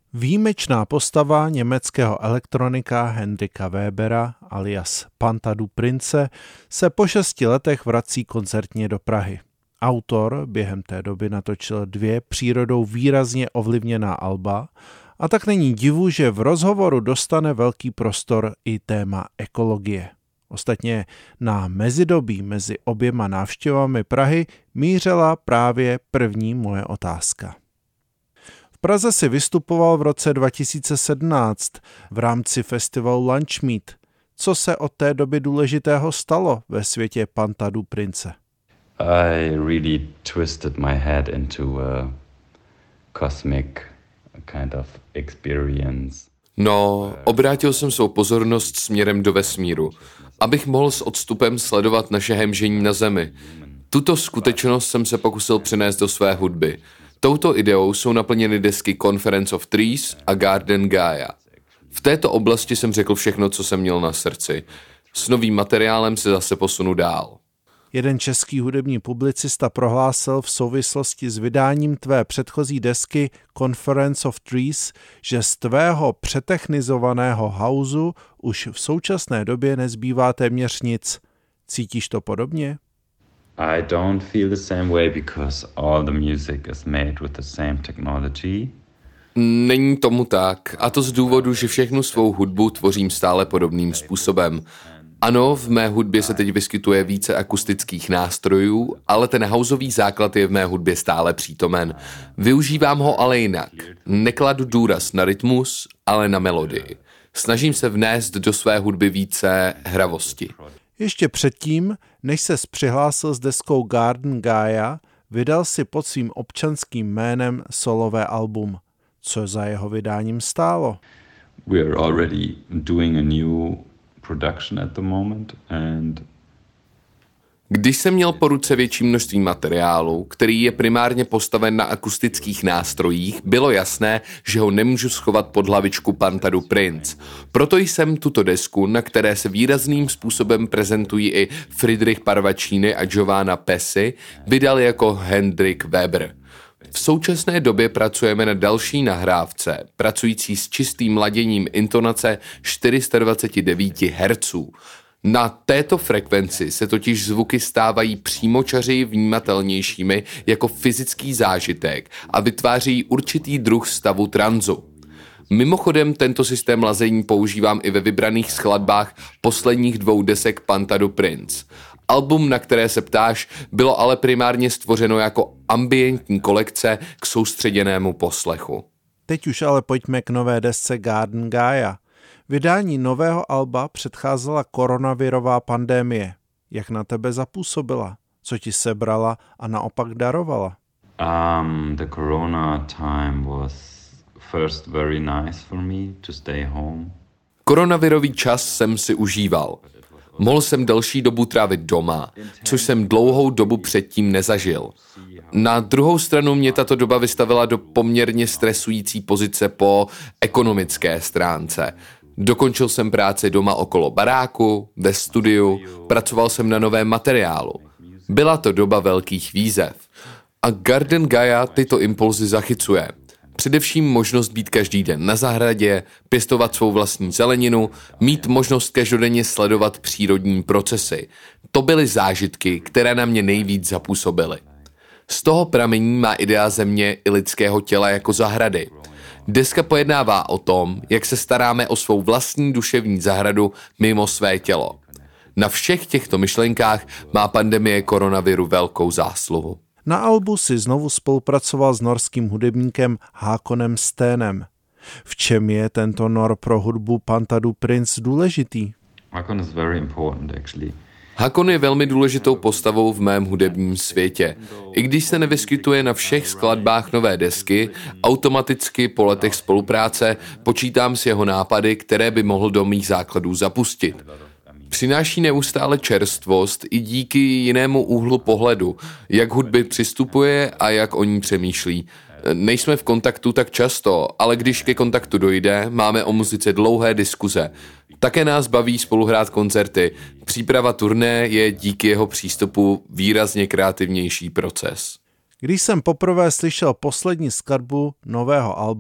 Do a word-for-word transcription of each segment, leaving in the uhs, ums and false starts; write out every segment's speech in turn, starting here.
Výjimečná postava německého elektronika Hendrika Webera alias Panta du Prince se po šesti letech vrací koncertně do Prahy. Autor během té doby natočil dvě přírodou výrazně ovlivněná alba a tak není divu, že v rozhovoru dostane velký prostor i téma ekologie. Ostatně na mezidobí mezi oběma návštěvami Prahy mířila právě první moje otázka. V Praze si vystupoval v roce dva tisíce sedmnáct v rámci festivalu Lunch Meet. Co se od té doby důležitého stalo ve světě Panta du Prince? I really twisted my head into a cosmic kind of experience. No, obrátil jsem svou pozornost směrem do vesmíru, abych mohl s odstupem sledovat naše hemžení na Zemi. Tuto skutečnost jsem se pokusil přenést do své hudby. Touto ideou jsou naplněny desky Conference of Trees a Garden Gaia. V této oblasti jsem řekl všechno, co jsem měl na srdci. S novým materiálem se zase posunu dál. Jeden český hudební publicista prohlásil v souvislosti s vydáním tvé předchozí desky Conference of Trees, že z tvého přetechnizovaného houseu už v současné době nezbývá téměř nic. Cítíš to podobně? I don't feel the same way because all the music is made with the same technology. Není tomu tak, a to z důvodu, že všechnu svou hudbu tvořím stále podobným způsobem. Ano, v mé hudbě se teď vyskytuje více akustických nástrojů, ale ten houseový základ je v mé hudbě stále přítomen. Využívám ho ale jinak. Nekladu důraz na rytmus, ale na melodii. Snažím se vnést do své hudby více hravosti. Ještě předtím, než ses přihlásil s deskou Garden Gaia, vydal si pod svým občanským jménem solové album. Co za jeho vydáním stálo? We are already doing a new production at the moment and Když jsem měl po ruce větší množství materiálu, který je primárně postaven na akustických nástrojích, bylo jasné, že ho nemůžu schovat pod hlavičku Panta du Prince. Proto jsem tuto desku, na které se výrazným způsobem prezentují i Friedrich Parvacini a Giovanna Pesci, vydal jako Hendrik Weber. V současné době pracujeme na další nahrávce, pracující s čistým laděním intonace čtyři sta dvacet devět hertzů. Na této frekvenci se totiž zvuky stávají přímočařeji vnímatelnějšími jako fyzický zážitek a vytváří určitý druh stavu tranzu. Mimochodem tento systém lazení používám i ve vybraných skladbách posledních dvou desek Panta du Prince. Album, na které se ptáš, bylo ale primárně stvořeno jako ambientní kolekce k soustředěnému poslechu. Teď už ale pojďme k nové desce Garden Gaia. Vydání nového alba předcházela koronavirová pandemie. Jak na tebe zapůsobila? Co ti sebrala a naopak darovala? um, the corona time was first very nice for me to stay home. Koronavirový čas jsem si užíval. Mohl jsem delší dobu trávit doma, což jsem dlouhou dobu předtím nezažil. Na druhou stranu mě tato doba vystavila do poměrně stresující pozice po ekonomické stránce. Dokončil jsem práci doma okolo baráku, ve studiu, pracoval jsem na novém materiálu. Byla to doba velkých výzev. A Garden Gaia tyto impulzy zachycuje. Především možnost být každý den na zahradě, pěstovat svou vlastní zeleninu, mít možnost každodenně sledovat přírodní procesy. To byly zážitky, které na mě nejvíc zapůsobily. Z toho pramení má idea země i lidského těla jako zahrady. Deska pojednává o tom, jak se staráme o svou vlastní duševní zahradu mimo své tělo. Na všech těchto myšlenkách má pandemie koronaviru velkou zásluhu. Na albu si znovu spolupracoval s norským hudebníkem Hákonem Sténem. V čem je tento Nor pro hudbu Panta du Prince důležitý? Hakon is very important actually. Hakon je velmi důležitou postavou v mém hudebním světě. I když se nevyskytuje na všech skladbách nové desky, automaticky po letech spolupráce počítám s jeho nápady, které by mohl do mých základů zapustit. Přináší neustále čerstvost i díky jinému úhlu pohledu, jak hudby přistupuje a jak o ní přemýšlí. Nejsme v kontaktu tak často, ale když ke kontaktu dojde, máme o muzice dlouhé diskuze. Také nás baví spolu hrát koncerty. Příprava turné je díky jeho přístupu výrazně kreativnější proces. Když jsem poprvé slyšel poslední skladbu nového alba,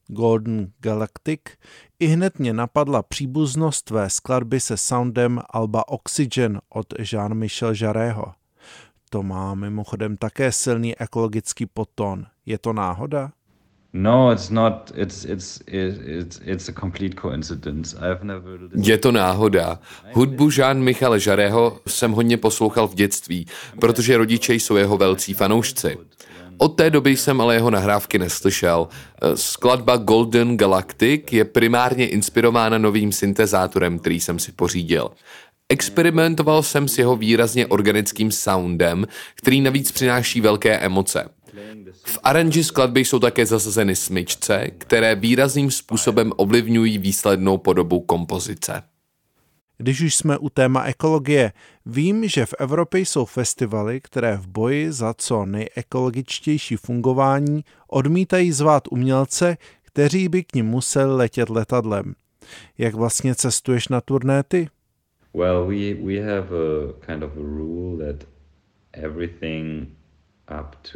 Golden Galactic, i hned mě napadla příbuznost tvé skladby se soundem alba Oxygen od Jean-Michel Jarreho. To má mimochodem také silný ekologický podtón. Je to náhoda? No, it's not. It's it's it's it's a complete coincidence. I've never. Je to náhoda. Hudbu Jean-Michela Jarreho jsem hodně poslouchal v dětství, protože rodiče jsou jeho velcí fanoušci. Od té doby jsem ale jeho nahrávky neslyšel. Skladba Golden Galactic je primárně inspirována novým syntezátorem, který jsem si pořídil. Experimentoval jsem s jeho výrazně organickým soundem, který navíc přináší velké emoce. V aranži skladby jsou také zasazeny smyčce, které výrazným způsobem ovlivňují výslednou podobu kompozice. Když už jsme u téma ekologie, vím, že v Evropě jsou festivaly, které v boji za co nejekologičtější fungování odmítají zvát umělce, kteří by k nim museli letět letadlem. Jak vlastně cestuješ na turné ty? Well, we we have a kind of a rule that everything up to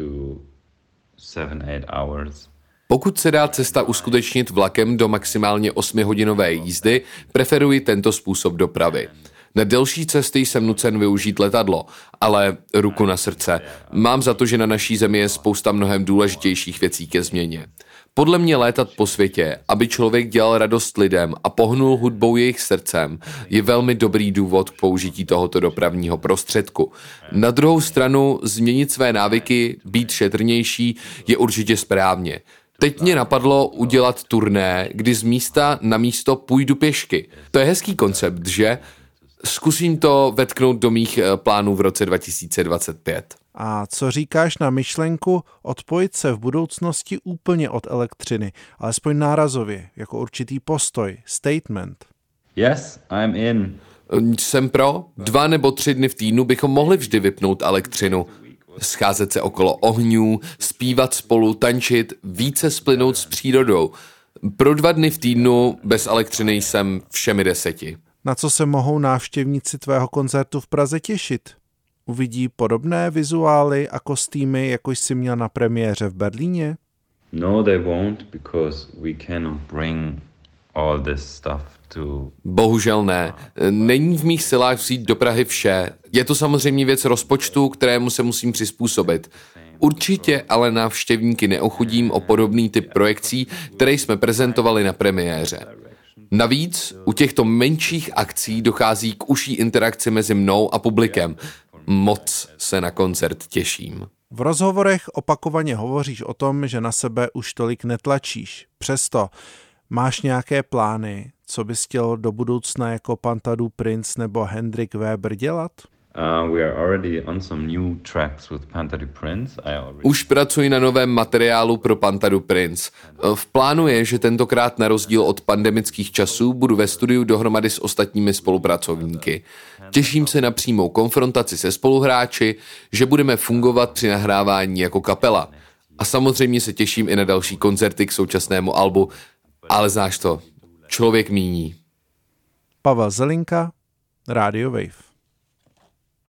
seven, eight hours. Pokud se dá cesta uskutečnit vlakem do maximálně osmihodinové jízdy, preferuji tento způsob dopravy. Na delší cesty jsem nucen využít letadlo, ale ruku na srdce. Mám za to, že na naší zemi je spousta mnohem důležitějších věcí ke změně. Podle mě létat po světě, aby člověk dělal radost lidem a pohnul hudbou jejich srdcem, je velmi dobrý důvod k použití tohoto dopravního prostředku. Na druhou stranu, změnit své návyky, být šetrnější, je určitě správně. Teď mě napadlo udělat turné, kdy z místa na místo půjdu pěšky. To je hezký koncept, že? Zkusím to vetknout do mých plánů v roce dva tisíce dvacet pět. A co říkáš na myšlenku odpojit se v budoucnosti úplně od elektřiny, alespoň nárazově, jako určitý postoj, statement? Yes, I'm in. Jsem pro. Dva nebo tři dny v týdnu bychom mohli vždy vypnout elektřinu. Scházet se okolo ohňů, zpívat spolu, tančit, více splynout s přírodou. Pro dva dny v týdnu bez elektřiny jsem všemi deseti. Na co se mohou návštěvníci tvého koncertu v Praze těšit? Uvidí podobné vizuály a kostýmy, jako jsi měl na premiéře v Berlíně? No, they won't, because we cannot bring all this stuff to... Bohužel ne. Není v mých silách vzít do Prahy vše. Je to samozřejmě věc rozpočtu, kterému se musím přizpůsobit. Určitě ale návštěvníky neochudím o podobný typ projekcí, které jsme prezentovali na premiéře. Navíc u těchto menších akcí dochází k užší interakci mezi mnou a publikem. Moc se na koncert těším. V rozhovorech opakovaně hovoříš o tom, že na sebe už tolik netlačíš. Přesto máš nějaké plány, co bys chtěl do budoucna jako Pantadu Prince nebo Hendrik Weber dělat? Uh, we are already on some new tracks with Pantadu Prince. I already... Už pracuji na novém materiálu pro Pantadu Prince. V plánu je, že tentokrát na rozdíl od pandemických časů budu ve studiu dohromady s ostatními spolupracovníky. Těším se na přímou konfrontaci se spoluhráči, že budeme fungovat při nahrávání jako kapela. A samozřejmě se těším i na další koncerty k současnému albu, ale znáš to, člověk míní. Pavel Zelinka, Radio Wave.